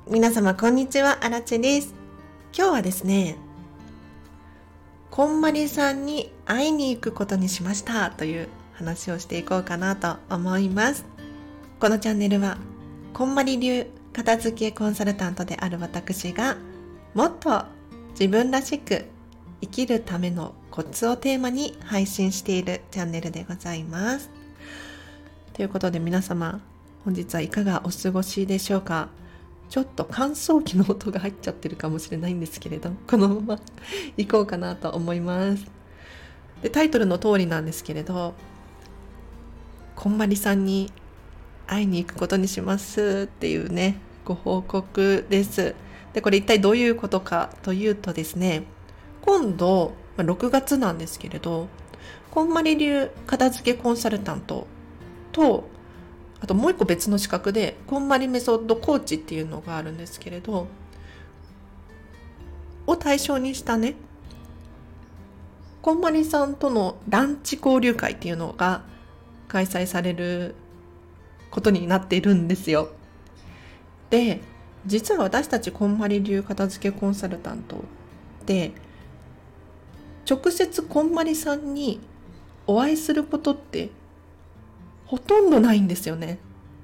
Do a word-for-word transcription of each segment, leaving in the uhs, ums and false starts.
皆様こんにちは、あらちです。今日はですね、こんまりさんに会いに行くことにしましたという話をしていこうかなと思います。このチャンネルはこんまり流片付けコンサルタントである私がもっと自分らしく生きるためのコツをテーマに配信しているチャンネルでございます。ということで皆様、本日はいかがお過ごしでしょうか。ちょっと乾燥機の音が入っちゃってるかもしれないんですけれど、このまま行こうかなと思います。で、タイトルの通りなんですけれど、こんまりさんに会いに行くことにしますっていうね、ご報告です。で、これ一体どういうことかというとですね、今度ろくがつなんですけれど、こんまり流片付けコンサルタントと、あともう一個別の資格でこんまりメソッドコーチっていうのがあるんですけれど、を対象にしたね、こんまりさんとのランチ交流会っていうのが開催されることになっているんですよ。で、実は私たちこんまり流片付けコンサルタントで直接こんまりさんにお会いすることってほとんどないんですよね。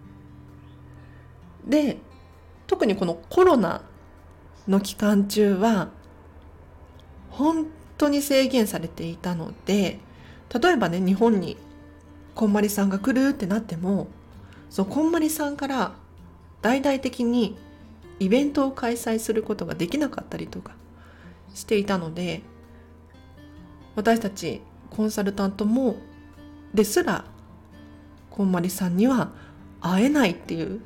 で、特にこのコロナの期間中は本当に制限されていたので、例えばね、日本にこんまりさんが来るってなっても、そうこんまりさんから大々的にイベントを開催することができなかったりとかしていたので、私たちコンサルタントもですらこんまりさんには会えないっていう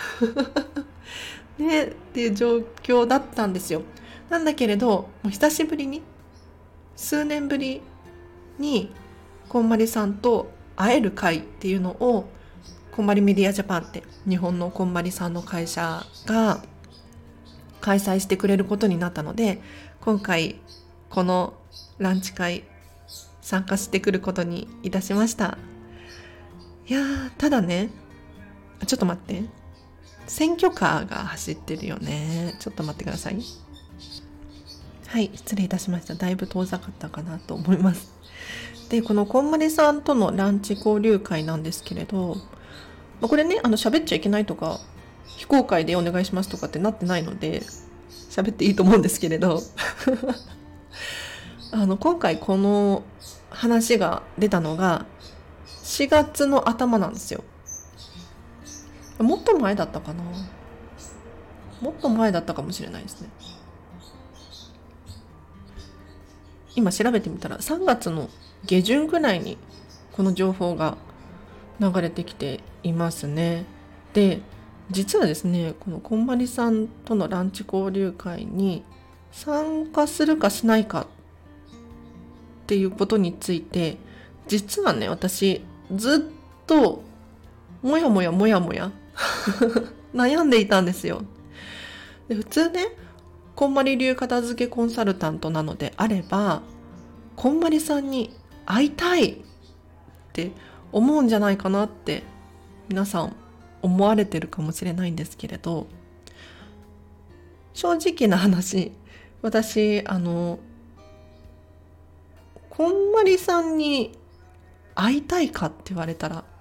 ねっていう状況だったんですよ。なんだけれど、もう久しぶりに数年ぶりにこんまりさんと会える会っていうのをこんまりメディアジャパンって日本のこんまりさんの会社が開催してくれることになったので、今回このランチ会参加してくることにいたしました。いやー、ただね、ちょっと待って、選挙カーが走ってるよね。ちょっと待ってください。はい、失礼いたしました。だいぶ遠ざかったかなと思います。で、このこんまりさんとのランチ交流会なんですけれど、これね、あの喋っちゃいけないとか非公開でお願いしますとかってなってないので喋っていいと思うんですけれどあの今回この話が出たのがしがつの頭なんですよ。もっと前だったかな、もっと前だったかもしれないですね。今調べてみたらさんがつの下旬くらいにこの情報が流れてきていますね。で、実はですね、このこんまりさんとのランチ交流会に参加するかしないかっていうことについて、実はね、私ずっともやもやもやもや悩んでいたんですよ。で、普通ね、こんまり流片付けコンサルタントなのであれば、こんまりさんに会いたいって思うんじゃないかなって皆さん思われてるかもしれないんですけれど、正直な話、私あのこんまりさんに会いたいかって言われたら、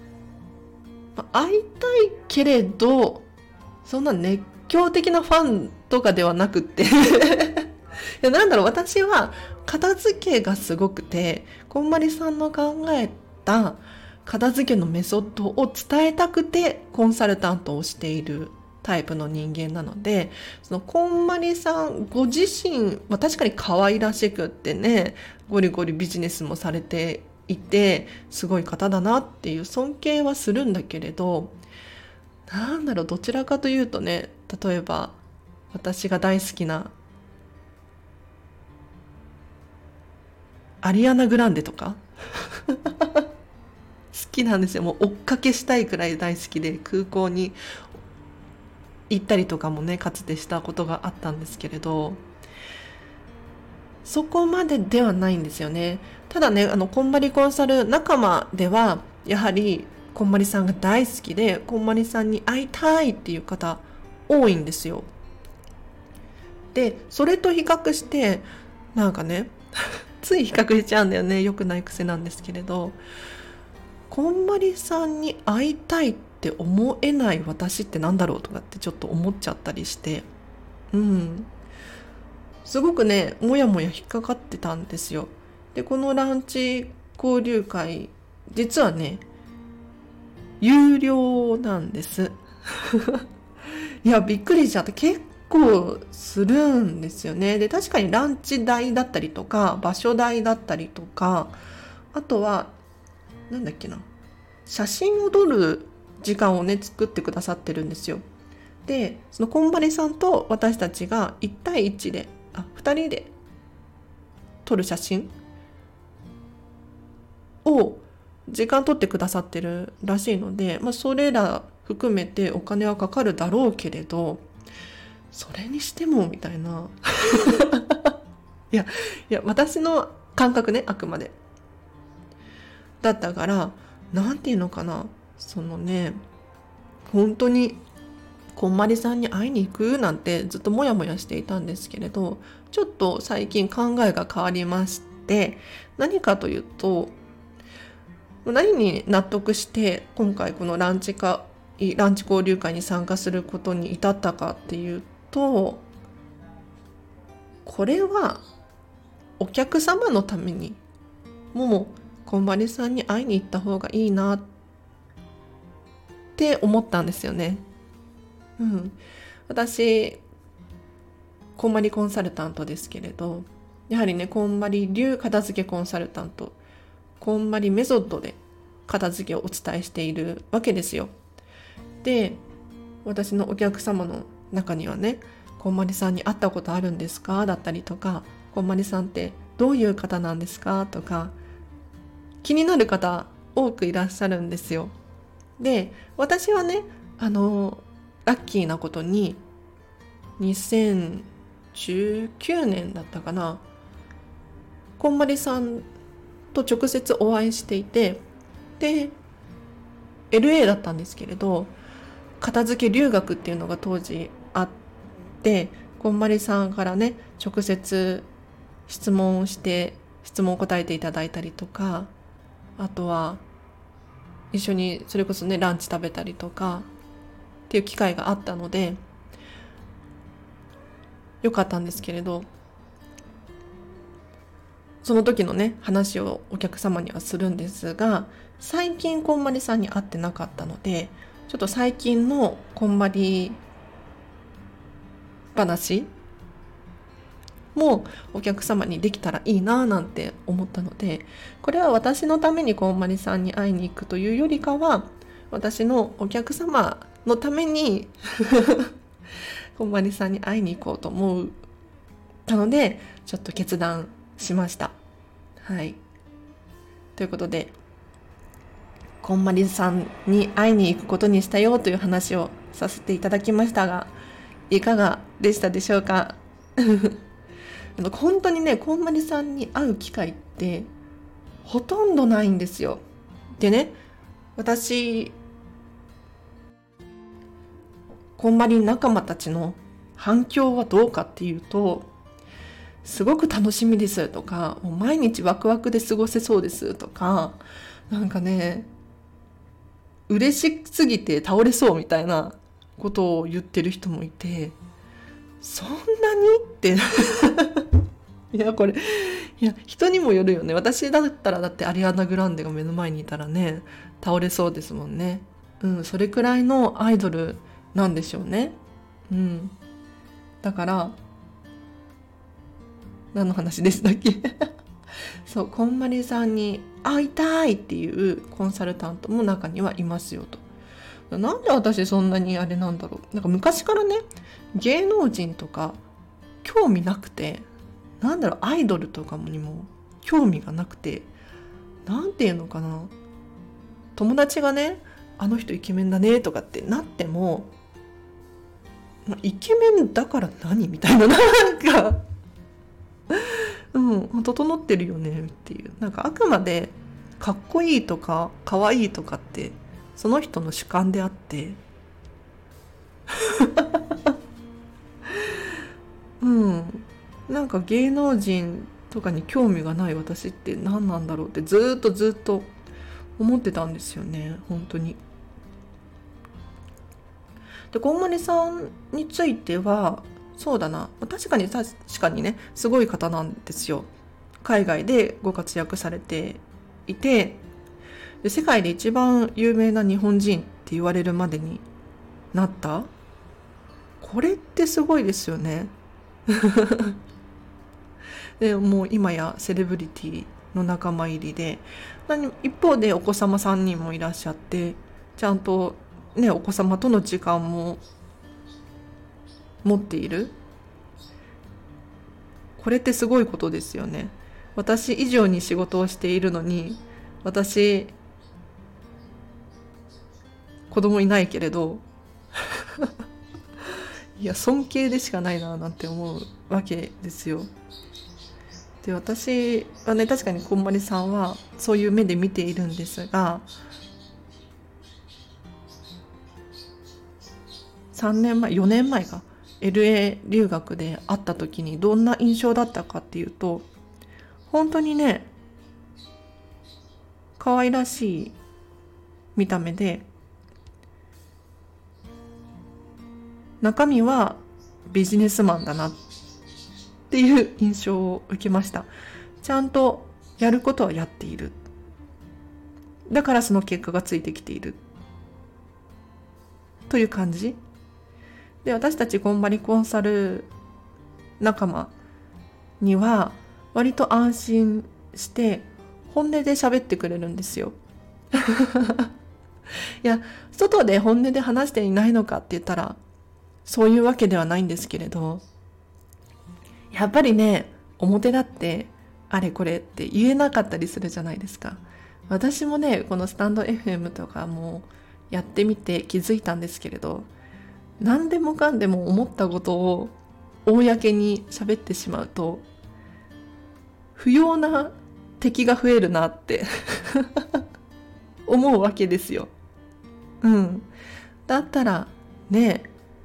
会いたいけれどそんな熱狂的なファンとかではなくっていや、なんだろう、私は片付けがすごくて、こんまりさんの考えた片付けのメソッドを伝えたくてコンサルタントをしているタイプの人間なので、そのこんまりさんご自身は確かに可愛らしくってね、ゴリゴリビジネスもされていてすごい方だなっていう尊敬はするんだけれど、なんだろう、どちらかというとね、例えば私が大好きなアリアナ・グランデとか好きなんですよ。もう追っかけしたいくらい大好きで、空港に行ったりとかもね、かつてしたことがあったんですけれど、そこまでではないんですよね。ただね、あのこんまりコンサル仲間ではやはりこんまりさんが大好きで、こんまりさんに会いたいっていう方多いんですよ。でそれと比較してなんかねつい比較しちゃうんだよね。良くない癖なんですけれど、こんまりさんに会いたいって思えない私ってなんだろうとかってちょっと思っちゃったりして、うんすごくねもやもや引っかかってたんですよ。でこのランチ交流会、実はね有料なんですいやびっくりしちゃって、結構するんですよね。で確かにランチ代だったりとか場所代だったりとか、あとはなんだっけな、写真を撮る時間をね作ってくださってるんですよ。でそのこんまりさんと私たちがいち対いちであふたりで撮る写真を時間取ってくださってるらしいので、まあ、それら含めてお金はかかるだろうけれど、それにしてもみたいないやいや私の感覚ね、あくまでだったから、なんていうのかな、そのね本当にこんまりさんに会いに行くなんてずっとモヤモヤしていたんですけれど、ちょっと最近考えが変わりまして、何かというと、何に納得して今回このランチかランチ交流会に参加することに至ったかっていうと、これはお客様のためにもうこんまりさんに会いに行った方がいいなって思ったんですよね。うん、私こんまりコンサルタントですけれど、やはりねこんまり流片付けコンサルタント、こんまりメソッドで片付けをお伝えしているわけですよ。で私のお客様の中にはね、こんまりさんに会ったことあるんですかだったりとか、こんまりさんってどういう方なんですかとか、気になる方多くいらっしゃるんですよ。で私はねあのラッキーなことににせんじゅうきゅうねんだったかな、こんまりさんと直接お会いしていて、で エルエー だったんですけれど、片付け留学っていうのが当時あって、こんまりさんからね直接質問をして質問を答えていただいたりとか、あとは一緒にそれこそねランチ食べたりとかっていう機会があったのでよかったんですけれど、その時のね話をお客様にはするんですが、最近こんまりさんに会ってなかったので、ちょっと最近のこんまり話もお客様にできたらいいななんて思ったので、これは私のためにこんまりさんに会いに行くというよりかは、私のお客様のためにこんまりさんに会いに行こうと思ったので、ちょっと決断しました。はい。ということで、こんまりさんに会いに行くことにしたよという話をさせていただきましたが、いかがでしたでしょうか本当にねこんまりさんに会う機会ってほとんどないんですよ。でね、私こんまり仲間たちの反響はどうかっていうと、すごく楽しみですとか、もう毎日ワクワクで過ごせそうですとか、なんかね嬉しすぎて倒れそうみたいなことを言ってる人もいて、そんなにっていやこれいや人にもよるよね。私だったらだってアリアナ・グランデが目の前にいたらね倒れそうですもんね。うんそれくらいのアイドルなんでしょうね。うんだから何の話でしたっけそうこんまりさんに会いたいっていうコンサルタントも中にはいますよと。なんで私そんなにあれなんだろう。なんか昔からね芸能人とか興味なくて、なんだろうアイドルとかにも興味がなくて、なんていうのかな、友達がねあの人イケメンだねとかってなっても、イケメンだから何みたいな、なんかうん整ってるよねっていう、なんかあくまでかっこいいとかかわいいとかってその人の主観であってなんか芸能人とかに興味がない私って何なんだろうってずっとずっと思ってたんですよね、本当に。でこんまりさんについてはそうだな、確かに確かにねすごい方なんですよ。海外でご活躍されていて、で世界で一番有名な日本人って言われるまでになった。これってすごいですよね。でもう今やセレブリティの仲間入りで、一方でお子様さんにんもいらっしゃって、ちゃんとねお子様との時間も持っている。これってすごいことですよね。私以上に仕事をしているのに、私子供いないけれどいや尊敬でしかないななんて思うわけですよ。で私はね、確かにこんまりさんはそういう目で見ているんですが、さんねんまえよねんまえか エルエー 留学で会った時にどんな印象だったかっていうと、本当にね可愛らしい見た目で、中身はビジネスマンだなっていう印象を受けました。ちゃんとやることはやっている。だからその結果がついてきているという感じで、私たちこんまりコンサル仲間には割と安心して本音で喋ってくれるんですよ。いや、外で本音で話していないのかって言ったらそういうわけではないんですけれど、やっぱりね表立ってあれこれって言えなかったりするじゃないですか。私もねこのスタンド エフエム とかもやってみて気づいたんですけれど、何でもかんでも思ったことを公に喋ってしまうと不要な敵が増えるなって思うわけですよ。うん。だったらね、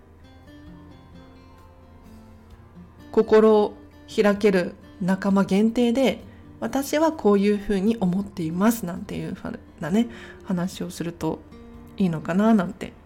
心を開ける仲間限定で、私はこういうふうに思っていますなんていうふうなね話をするといいのかななんて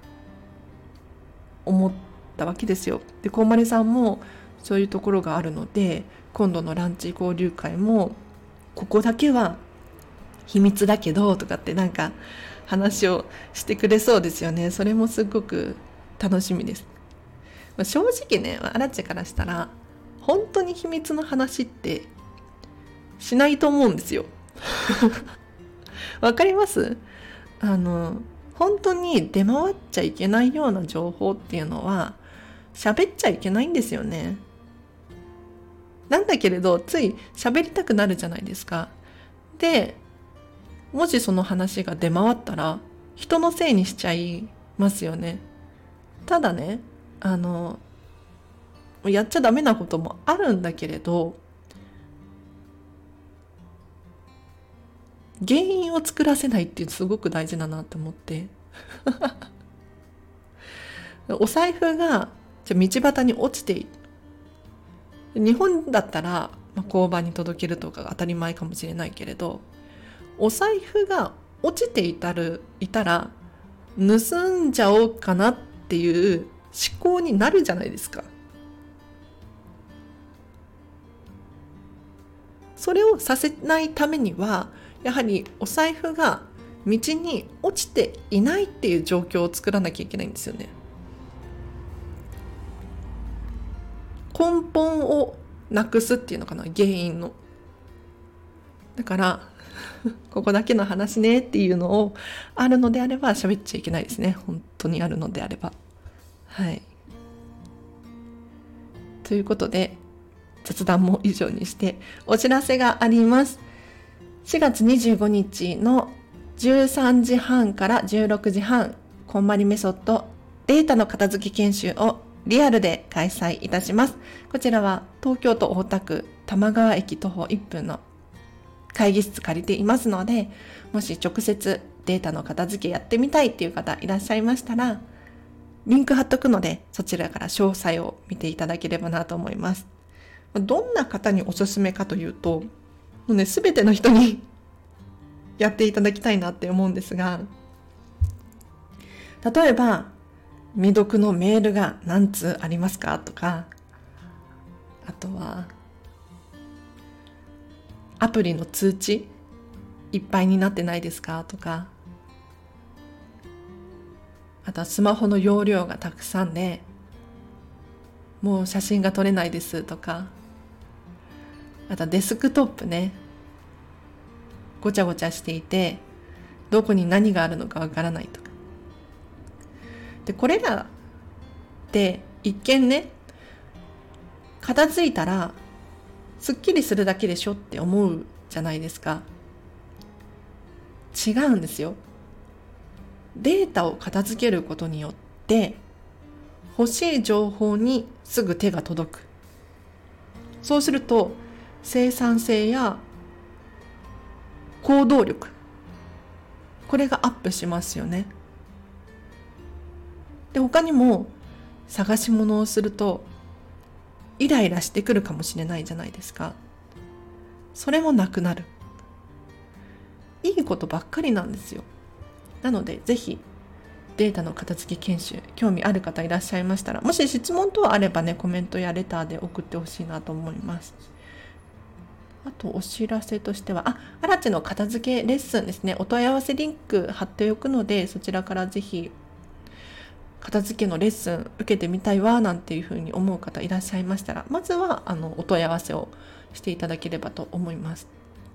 思ったわけですよ。でこんまりさんもそういうところがあるので、今度のランチ交流会もここだけは秘密だけどとかってなんか話をしてくれそうですよね。それもすごく楽しみです。まあ、正直ねアラチェからしたら本当に秘密の話ってしないと思うんですよ。わかります？あの本当に出回っちゃいけないような情報っていうのは喋っちゃいけないんですよね。なんだけれどつい喋りたくなるじゃないですか。でもしその話が出回ったら人のせいにしちゃいますよね。ただね、あのやっちゃダメなこともあるんだけれど、原因を作らせないっていうすごく大事だなと思ってお財布がじゃ道端に落ちている、日本だったら、まあ、交番に届けるとかが当たり前かもしれないけれど、お財布が落ちていたるいたら盗んじゃおうかなっていう思考になるじゃないですか。それをさせないためにはやはりお財布が道に落ちていないっていう状況を作らなきゃいけないんですよね。根本をなくすっていうのかな、原因の。だからここだけの話ねっていうのをあるのであれば喋っちゃいけないですね。本当にあるのであれば。はい。ということで雑談も以上にしてお知らせがあります。しがつにじゅうごにちのじゅうさんじはんからじゅうろくじはん、こんまりメソッドデータの片付け研修をリアルで開催いたします。こちらは東京都大田区玉川駅徒歩いっぷんの会議室借りていますので、もし直接データの片付けやってみたいっていう方いらっしゃいましたら、リンク貼っとくのでそちらから詳細を見ていただければなと思います。 どんな方におすすめかというと、もうね、全ての人にやっていただきたいなって思うんですが、例えば未読のメールが何通ありますかとか、あとはアプリの通知いっぱいになってないですかとか、あとはスマホの容量がたくさんでもう写真が撮れないですとか、あとはデスクトップね、ごちゃごちゃしていてどこに何があるのかわからないとか。でこれらって一見ね、片付いたらすっきりするだけでしょって思うじゃないですか。違うんですよ。データを片付けることによって欲しい情報にすぐ手が届く。そうすると生産性や行動力、これがアップしますよね。で他にも探し物をするとイライラしてくるかもしれないじゃないですか。それもなくなる。いいことばっかりなんですよ。なのでぜひデータの片付け研修興味ある方いらっしゃいましたら、もし質問等あればね、コメントやレターで送ってほしいなと思います。あとお知らせとしては、あ、アラチの片付けレッスンですね、お問い合わせリンク貼っておくので、そちらからぜひ片付けのレッスン受けてみたいわなんていうふうに思う方いらっしゃいましたら、まずはあのお問い合わせをしていただければと思います。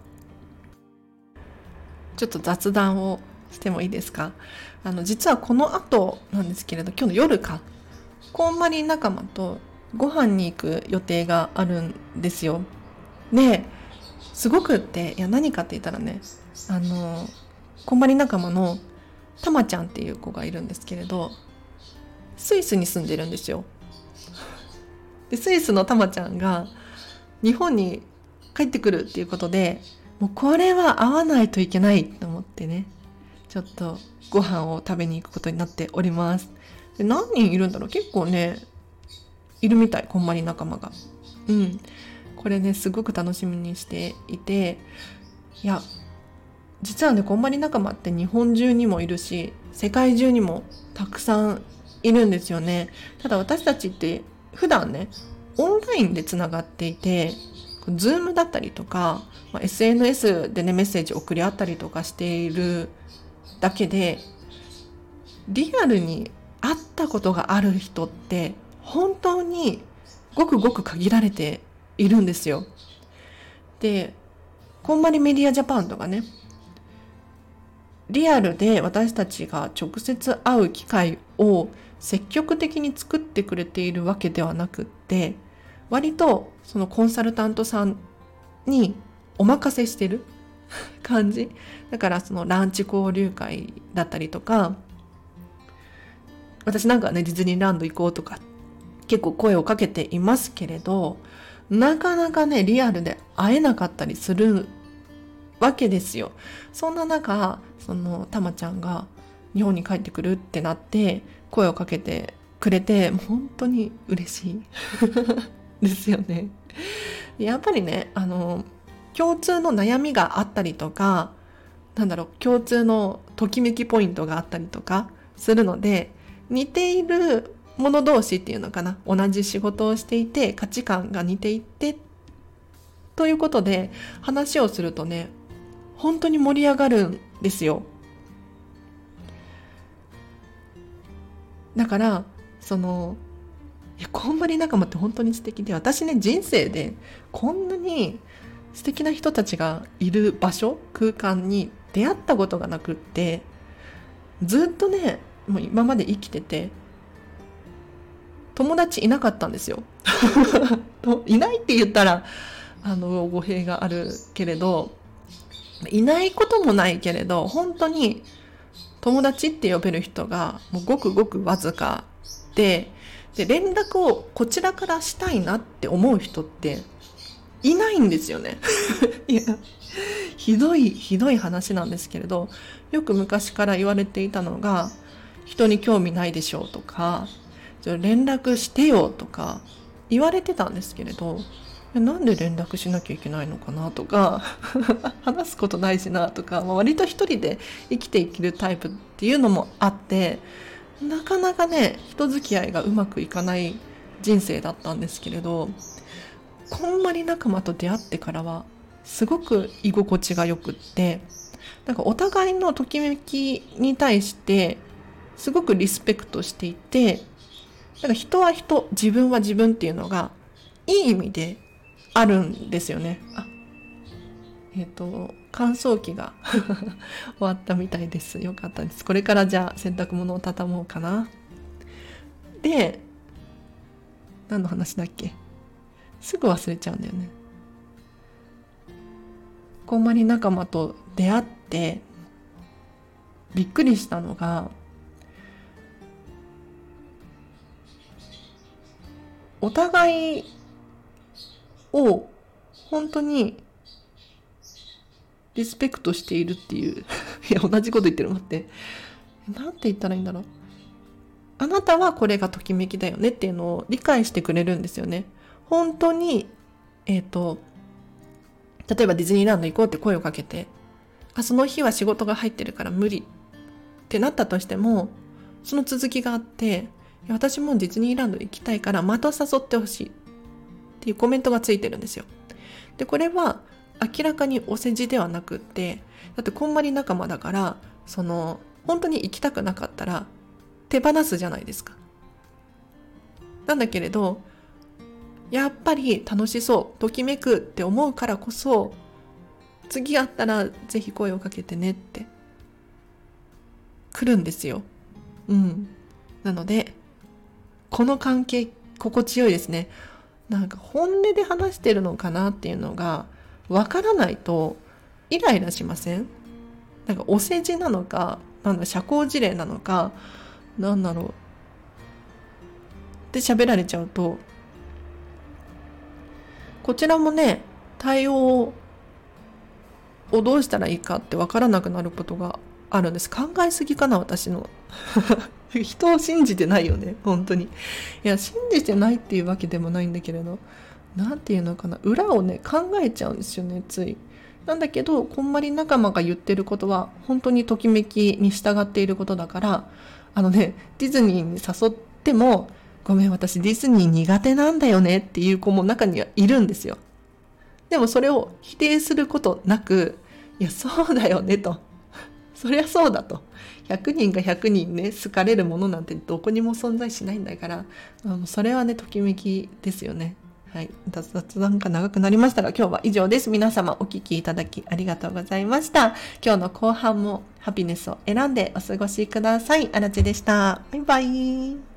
ちょっと雑談をしてもいいですか？あの実はこの後なんですけれど、今日の夜か、こんまり仲間とご飯に行く予定があるんですよ。ですごくって、いや何かって言ったらね、あのこんまり仲間のたまちゃんっていう子がいるんですけれど、スイスに住んでるんですよ。でスイスのたまちゃんが日本に帰ってくるっていうことで、もうこれは会わないといけないと思ってね、ちょっとご飯を食べに行くことになっております。で何人いるんだろう、結構ねいるみたい、こんまり仲間が。うんこれねすごく楽しみにしていて、いや実はねこんまり仲間って日本中にもいるし世界中にもたくさんいるんですよね。ただ私たちって普段ねオンラインでつながっていて、ズームだったりとか、まあ、エスエヌエス でねメッセージ送り合ったりとかしているだけで、リアルに会ったことがある人って本当にごくごく限られているんですよ。でこんまりメディアジャパンとかね、リアルで私たちが直接会う機会を積極的に作ってくれているわけではなくって、割とそのコンサルタントさんにお任せしてる感じだから、そのランチ交流会だったりとか、私なんかねディズニーランド行こうとか結構声をかけていますけれど、なかなかねリアルで会えなかったりするわけですよ。そんな中、そのたまちゃんが日本に帰ってくるってなって声をかけてくれて、本当に嬉しいですよね。やっぱりね、あの共通の悩みがあったりとか、なんだろう、共通のときめきポイントがあったりとかするので、似ている者同士っていうのかな、同じ仕事をしていて価値観が似ていてということで話をするとね、本当に盛り上がるんですよ。だからそのいやこんまり仲間って本当に素敵で、私ね人生でこんなに素敵な人たちがいる場所空間に出会ったことがなくって、ずっとねもう今まで生きてて友達いなかったんですよいないって言ったらあの語弊があるけれど、いないこともないけれど、本当に友達って呼べる人がもうごくごくわずかで、で連絡をこちらからしたいなって思う人っていないんですよねいやひどいひどい話なんですけれど、よく昔から言われていたのが、人に興味ないでしょうとか、じゃあ連絡してよとか言われてたんですけれど、 なんで連絡しなきゃいけないのかなとか話すことないしなとか、まあ、割と一人で生きていけるタイプっていうのもあって、なかなかね人付き合いがうまくいかない人生だったんですけれど、こんまり仲間と出会ってからはすごく居心地がよくって、なんかお互いのときめきに対してすごくリスペクトしていて、なんか人は人、自分は自分っていうのがいい意味であるんですよね。あ、えっと乾燥機が終わったみたいです。よかったです。これからじゃあ洗濯物を畳もうかな。で、何の話だっけ？すぐ忘れちゃうんだよね。こんまり仲間と出会ってびっくりしたのが、お互いを本当にリスペクトしているっていういや同じこと言ってる。待って、なんて言ったらいいんだろう。あなたはこれがときめきだよねっていうのを理解してくれるんですよね。本当にえっと例えばディズニーランド行こうって声をかけて、あ、その日は仕事が入ってるから無理ってなったとしても、その続きがあって、いや私もディズニーランド行きたいからまた誘ってほしいっていうコメントがついてるんですよ。で、これは明らかにお世辞ではなくって、だってこんまり仲間だから、その本当に行きたくなかったら手放すじゃないですか。なんだけれど、やっぱり楽しそう、ときめくって思うからこそ、次会ったらぜひ声をかけてねって来るんですよ。うん。なのでこの関係心地よいですね。なんか本音で話してるのかなっていうのがわからないとイライラしません？なんかお世辞なのか、なんだ社交辞令なのか、なんだろうって喋られちゃうと、こちらもね対応をどうしたらいいかってわからなくなることがあるんです。考えすぎかな、私の人を信じてないよね、本当に。いや、信じてないっていうわけでもないんだけれど、なんていうのかな、裏をね考えちゃうんですよね、つい。なんだけど、こんまり仲間が言ってることは本当にときめきに従っていることだから、あのね、ディズニーに誘っても、ごめん私ディズニー苦手なんだよねっていう子も中にはいるんですよ。でもそれを否定することなく、いやそうだよねと、そりゃそうだと、ひゃくにんがひゃくにんね好かれるものなんてどこにも存在しないんだから、それはねときめきですよね。はい、雑談が長くなりましたが、今日は以上です。皆様お聞きいただきありがとうございました。今日の後半もハピネスを選んでお過ごしください。あらちでした。バイバイ。